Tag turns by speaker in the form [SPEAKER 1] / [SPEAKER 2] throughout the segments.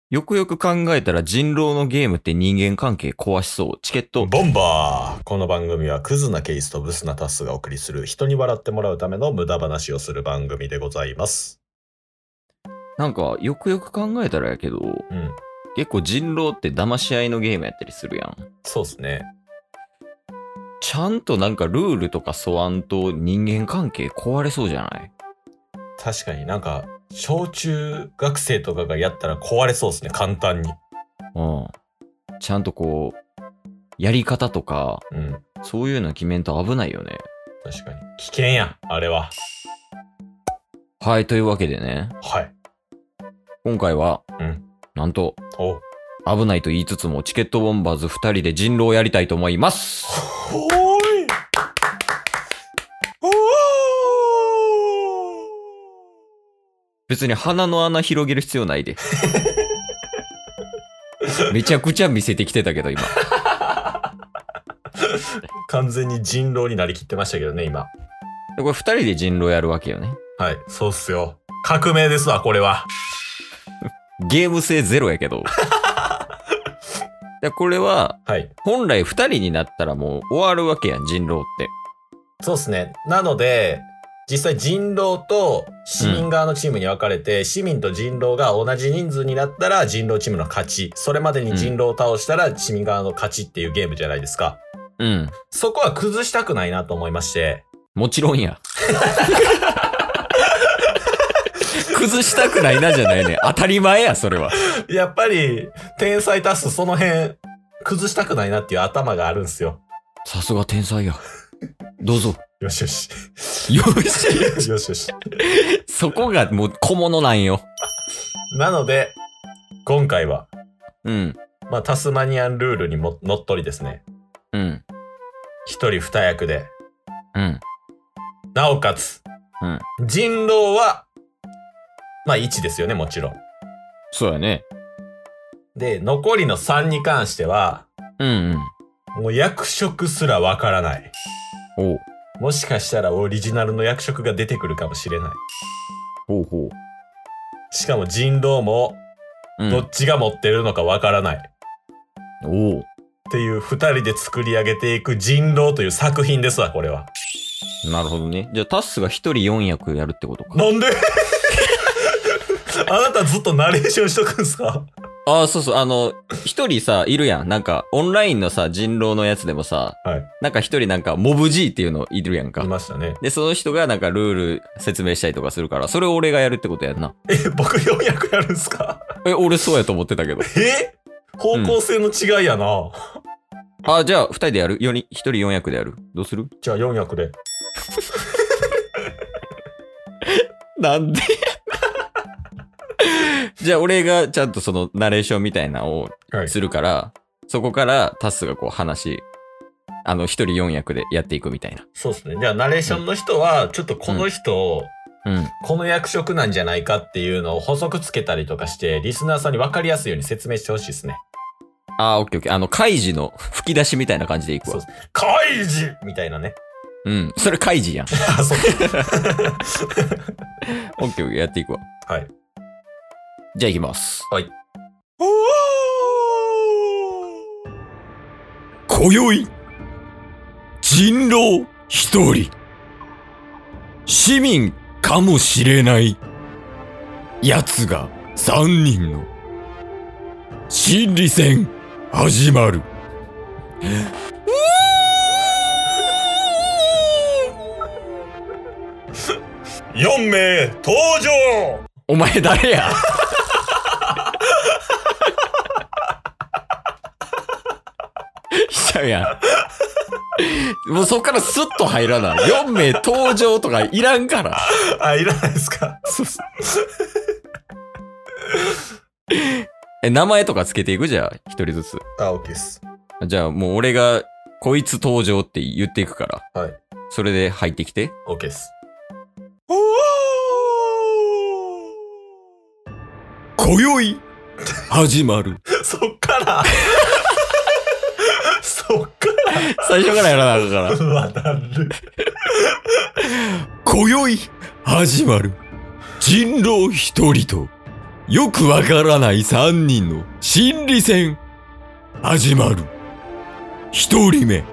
[SPEAKER 1] よくよく考えたら人狼のゲームって人間関係壊しそう。チケット。
[SPEAKER 2] ボンバー。この番組はクズなケイスとブスなタスがお送りする人に笑ってもらうための無駄話をする番組でございます。
[SPEAKER 1] なんか、よくよく考えたらやけど、結構人狼って騙し合いのゲームやったりするやん。
[SPEAKER 2] そうっすね。
[SPEAKER 1] ちゃんとなんかルールとか素案と人間関係壊れそうじゃない？
[SPEAKER 2] 確かになんか、小中学生とかがやったら壊れそうですね、簡単に。
[SPEAKER 1] うん。ちゃんとこう、やり方とか、そういうの決めんと危ないよね。
[SPEAKER 2] 確かに。危険や、あれは。
[SPEAKER 1] はい、というわけでね。
[SPEAKER 2] はい。
[SPEAKER 1] 今回は、なんと、危ないと言いつつもチケットボンバーズ2人で人狼をやりたいと思います。
[SPEAKER 2] おーい。
[SPEAKER 1] 別に鼻の穴広げる必要ないで。めちゃくちゃ見せてきてたけど今。
[SPEAKER 2] 完全に人狼になりきってましたけどね、今。
[SPEAKER 1] これ2人で人狼やるわけよね。
[SPEAKER 2] はい、そうっすよ。革命ですわ、これは。
[SPEAKER 1] ゲーム性ゼロやけど。これは、本来2人になったらもう終わるわけやん、人狼って。
[SPEAKER 2] そうっすね。なので、実際人狼と市民側のチームに分かれて、市民と人狼が同じ人数になったら人狼チームの勝ち。それまでに人狼を倒したら市民側の勝ちっていうゲームじゃないですか。そこは崩したくないなと思いまして。
[SPEAKER 1] もちろんや。崩したくないなじゃないね。当たり前や、それは。
[SPEAKER 2] やっぱり、天才タスその辺、崩したくないなっていう頭があるんすよ。
[SPEAKER 1] さすが天才や。どうぞ。
[SPEAKER 2] よしよし。
[SPEAKER 1] よし
[SPEAKER 2] よしよし。
[SPEAKER 1] そこがもう小物なんよ。
[SPEAKER 2] なので、今回は、まあ、タスマニアンルールにものっとりですね。一人二役で。なおかつ、人狼は、まあ1ですよね、もちろん。
[SPEAKER 1] そうやね。
[SPEAKER 2] で、残りの3に関しては、もう役職すらわからない。もしかしたらオリジナルの役職が出てくるかもしれない。しかも人狼も、どっちが持ってるのかわからない。っていう2人で作り上げていく人狼という作品ですわ、これは。
[SPEAKER 1] なるほどね。じゃあタッスが1人4役やるってことか。
[SPEAKER 2] なんであなたずっとナレーションしとくんすか？
[SPEAKER 1] ああ、そうそう。一人さ、いるやん。なんか、オンラインのさ、人狼のやつでもさ、なんか一人なんか、モブ G っていうのいるやんか。
[SPEAKER 2] いましたね。
[SPEAKER 1] で、その人がなんかルール説明したりとかするから、それを俺がやるってことやんな。
[SPEAKER 2] 僕4役やるんすか？
[SPEAKER 1] 俺そうやと思ってたけど。
[SPEAKER 2] 方向性の違いやな。
[SPEAKER 1] じゃあ、2人でやる？ 1人4役でやる？どうする？
[SPEAKER 2] じゃあ4役で。
[SPEAKER 1] なんでじゃあ俺がちゃんとそのナレーションみたいなのをするから、そこからタスがこう話、一人4役でやっていくみたいな。
[SPEAKER 2] そうですね。じゃあナレーションの人は、ちょっとこの人、この役職なんじゃないかっていうのを補足つけたりとかして、リスナーさんに分かりやすいように説明してほしいですね。
[SPEAKER 1] オッケーオッケー。カイジの吹き出しみたいな感じでいくわ。
[SPEAKER 2] カイジみたいなね。
[SPEAKER 1] それカイジやん。
[SPEAKER 2] そうか。
[SPEAKER 1] オッケーオッケー、やっていくわ。
[SPEAKER 2] はい。
[SPEAKER 1] じゃあ行きます。
[SPEAKER 2] はい。
[SPEAKER 1] 今宵、人狼一人、市民かもしれない奴が3人の心理戦始まる。
[SPEAKER 2] 4名登場。
[SPEAKER 1] お前誰や？したやん。もうそっからスッと入らない。4名登場とかいらんから。
[SPEAKER 2] いらないですか？
[SPEAKER 1] そうそう。名前とかつけていく？じゃあ、一人ずつ。
[SPEAKER 2] OK です。
[SPEAKER 1] じゃあもう俺がこいつ登場って言っていくから。
[SPEAKER 2] はい。
[SPEAKER 1] それで入ってきて。
[SPEAKER 2] OK です。
[SPEAKER 1] 今宵始まる。
[SPEAKER 2] そっから
[SPEAKER 1] 最初からやらなあかんから。
[SPEAKER 2] うわ、だる。
[SPEAKER 1] 今宵始まる人狼一人とよくわからない3人の心理戦始まる。1人目、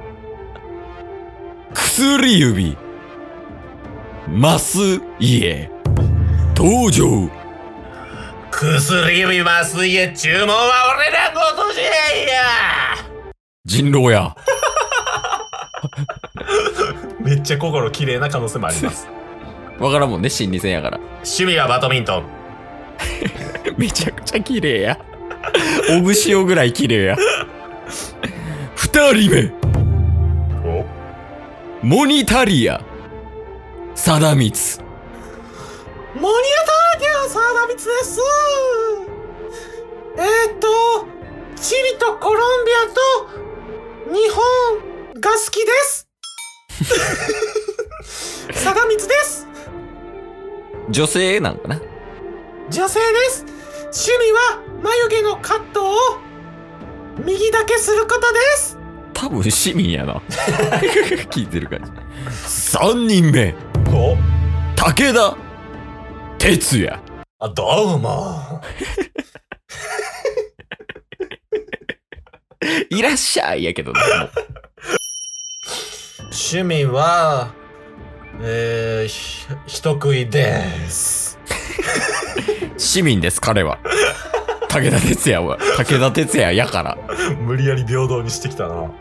[SPEAKER 1] 薬指マスイエ登場。
[SPEAKER 2] 薬指麻酔へ注文は俺らごとじゃいや。
[SPEAKER 1] 人狼や。
[SPEAKER 2] めっちゃ心綺麗な可能性もあります。
[SPEAKER 1] わからんもんね、心理戦やから。
[SPEAKER 2] 趣味はバドミントン。
[SPEAKER 1] めちゃくちゃ綺麗や。オグシオぐらい綺麗や。2人目、
[SPEAKER 2] お
[SPEAKER 1] モニタリア貞光。
[SPEAKER 2] モニタリアサーダミツです。チリとコロンビアと日本が好きです。サダミツです。
[SPEAKER 1] 女性なんかな。
[SPEAKER 2] 女性です。趣味は眉毛のカットを右だけすることです。
[SPEAKER 1] 多分市民やな。聞いてる感じ。3人目、
[SPEAKER 2] お、
[SPEAKER 1] 武田鉄矢。
[SPEAKER 2] あ、どうも。
[SPEAKER 1] いらっしゃいやけどね。
[SPEAKER 2] 趣味は人食いです。
[SPEAKER 1] 市民です、彼は。武田鉄矢は武田鉄矢やから。
[SPEAKER 2] 無理やり平等にしてきたな。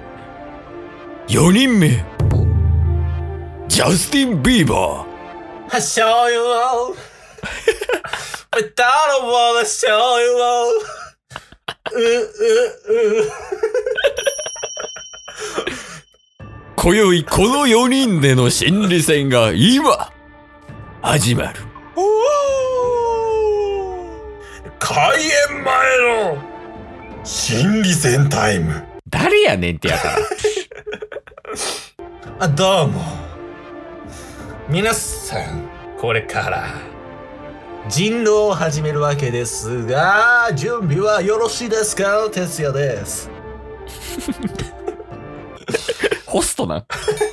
[SPEAKER 1] 4人目、ジャスティン・ビーバー。
[SPEAKER 2] show you all without a wanna show you all
[SPEAKER 1] 今宵この4人での心理戦が今始まる。
[SPEAKER 2] 開演前の心理戦タイム。
[SPEAKER 1] 誰やねんってやから。
[SPEAKER 2] あ、どうも。皆さん、これから人狼を始めるわけですが、準備はよろしいですか？哲也です。
[SPEAKER 1] ホストな。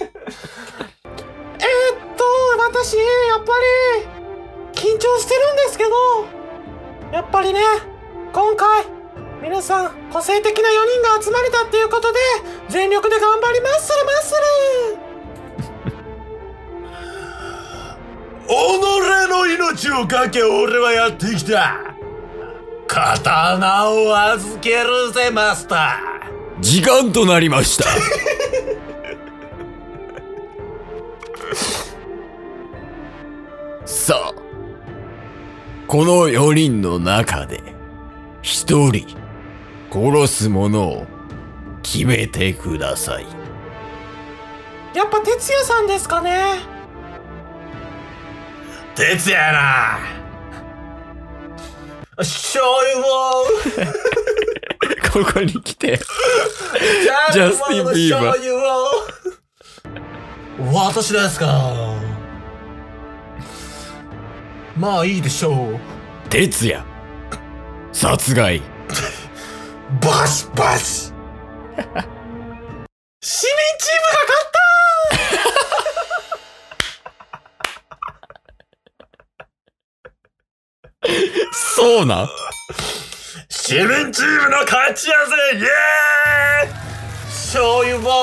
[SPEAKER 2] 私、やっぱり緊張してるんですけど、やっぱりね、今回皆さん個性的な4人が集まれたっていうことで全力で頑張りまするまする。己の命をかけ俺はやってきた。刀を預けるぜマスター。
[SPEAKER 1] 時間となりました。さあ、この4人の中で1人殺すものを決めてください。
[SPEAKER 2] やっぱ哲也さんですかね。哲也やな。醤油を
[SPEAKER 1] ここに来てジャスティン・ビーバー。
[SPEAKER 2] 私ですか。まあいいでしょう。
[SPEAKER 1] 哲也殺害。
[SPEAKER 2] バシバシ。市民チームが勝った
[SPEAKER 1] ー。そうなん。
[SPEAKER 2] 市民チームの勝ちやぜ。イエーイ。醤油棒。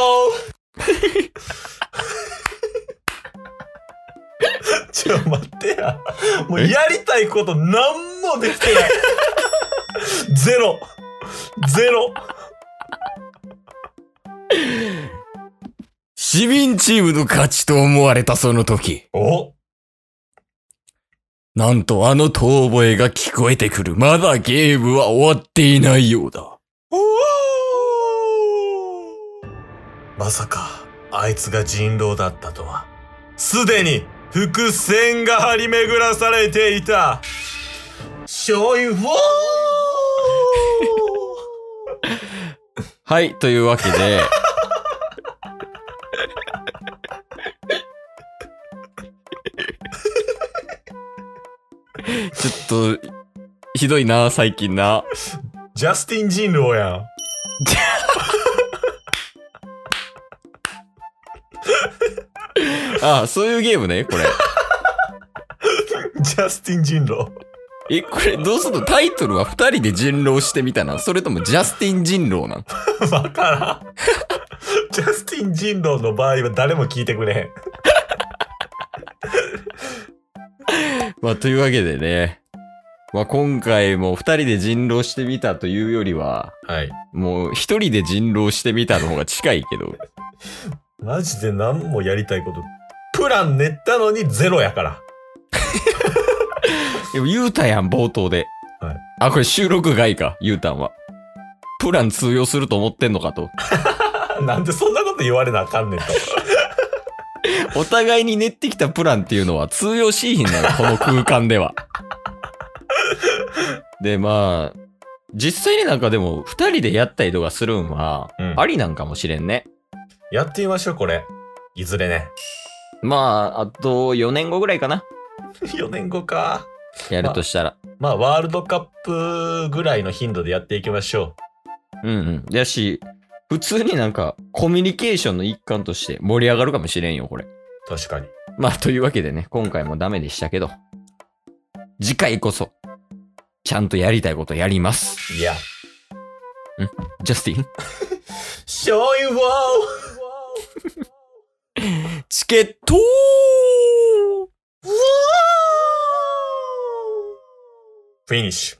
[SPEAKER 2] ちょ待ってや。もうやりたいことなんもできてない。ゼロ。
[SPEAKER 1] 市民チームの勝ちと思われたその時、なんとあの遠吠えが聞こえてくる。まだゲームは終わっていないようだ。
[SPEAKER 2] まさかあいつが人狼だったとは。すでに伏線が張り巡らされていた。醤油
[SPEAKER 1] はい、というわけでちょっとひどいな最近な。
[SPEAKER 2] ジャスティン人狼やん。
[SPEAKER 1] ああ、そういうゲームねこれ。
[SPEAKER 2] ジャスティン人狼。
[SPEAKER 1] これどうするの？タイトルは二人で人狼してみたな、それともジャスティン人狼なん？
[SPEAKER 2] わからん。ジャスティン人狼の場合は誰も聞いてくれへん。
[SPEAKER 1] まあというわけでね、まあ今回も二人で人狼してみたというよりは、
[SPEAKER 2] はい。
[SPEAKER 1] もう一人で人狼してみたの方が近いけど。
[SPEAKER 2] マジで何もやりたいこと。プラン練ったのにゼロやから。
[SPEAKER 1] でも言うたやん、冒頭で。
[SPEAKER 2] はい。
[SPEAKER 1] あ、これ収録外か、言うたんは。プラン通用すると思ってんのかと。
[SPEAKER 2] なんでそんなこと言われなあかんねんと。
[SPEAKER 1] お互いに練ってきたプランっていうのは通用しいひんのよ、この空間では。で、まあ、実際になんかでも、二人でやったりとかするんは、ありなんかもしれんね。
[SPEAKER 2] やってみましょう、これ。いずれね。
[SPEAKER 1] まあ、あと4年後ぐらいかな。
[SPEAKER 2] 4年後か。
[SPEAKER 1] やるとしたら。
[SPEAKER 2] まあ、ワールドカップぐらいの頻度でやっていきましょ
[SPEAKER 1] う。うんうん。だし、普通になんか、コミュニケーションの一環として盛り上がるかもしれんよ、これ。
[SPEAKER 2] 確かに。
[SPEAKER 1] まあ、というわけでね、今回もダメでしたけど、次回こそ、ちゃんとやりたいことやります。
[SPEAKER 2] いや。
[SPEAKER 1] ジャスティン
[SPEAKER 2] 醤油を
[SPEAKER 1] チケット
[SPEAKER 2] フィニッシュ。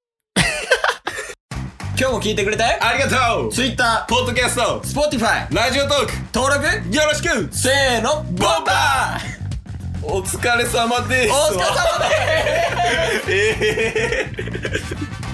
[SPEAKER 1] 今日も聞いてくれて
[SPEAKER 2] ありがとう。
[SPEAKER 1] Twitter、
[SPEAKER 2] ポッドキャスト、
[SPEAKER 1] Spotify、
[SPEAKER 2] ラジオトーク、
[SPEAKER 1] 登録
[SPEAKER 2] よろしく。
[SPEAKER 1] せーの、ボンバー。
[SPEAKER 2] お疲れ様です。
[SPEAKER 1] お疲れ様です。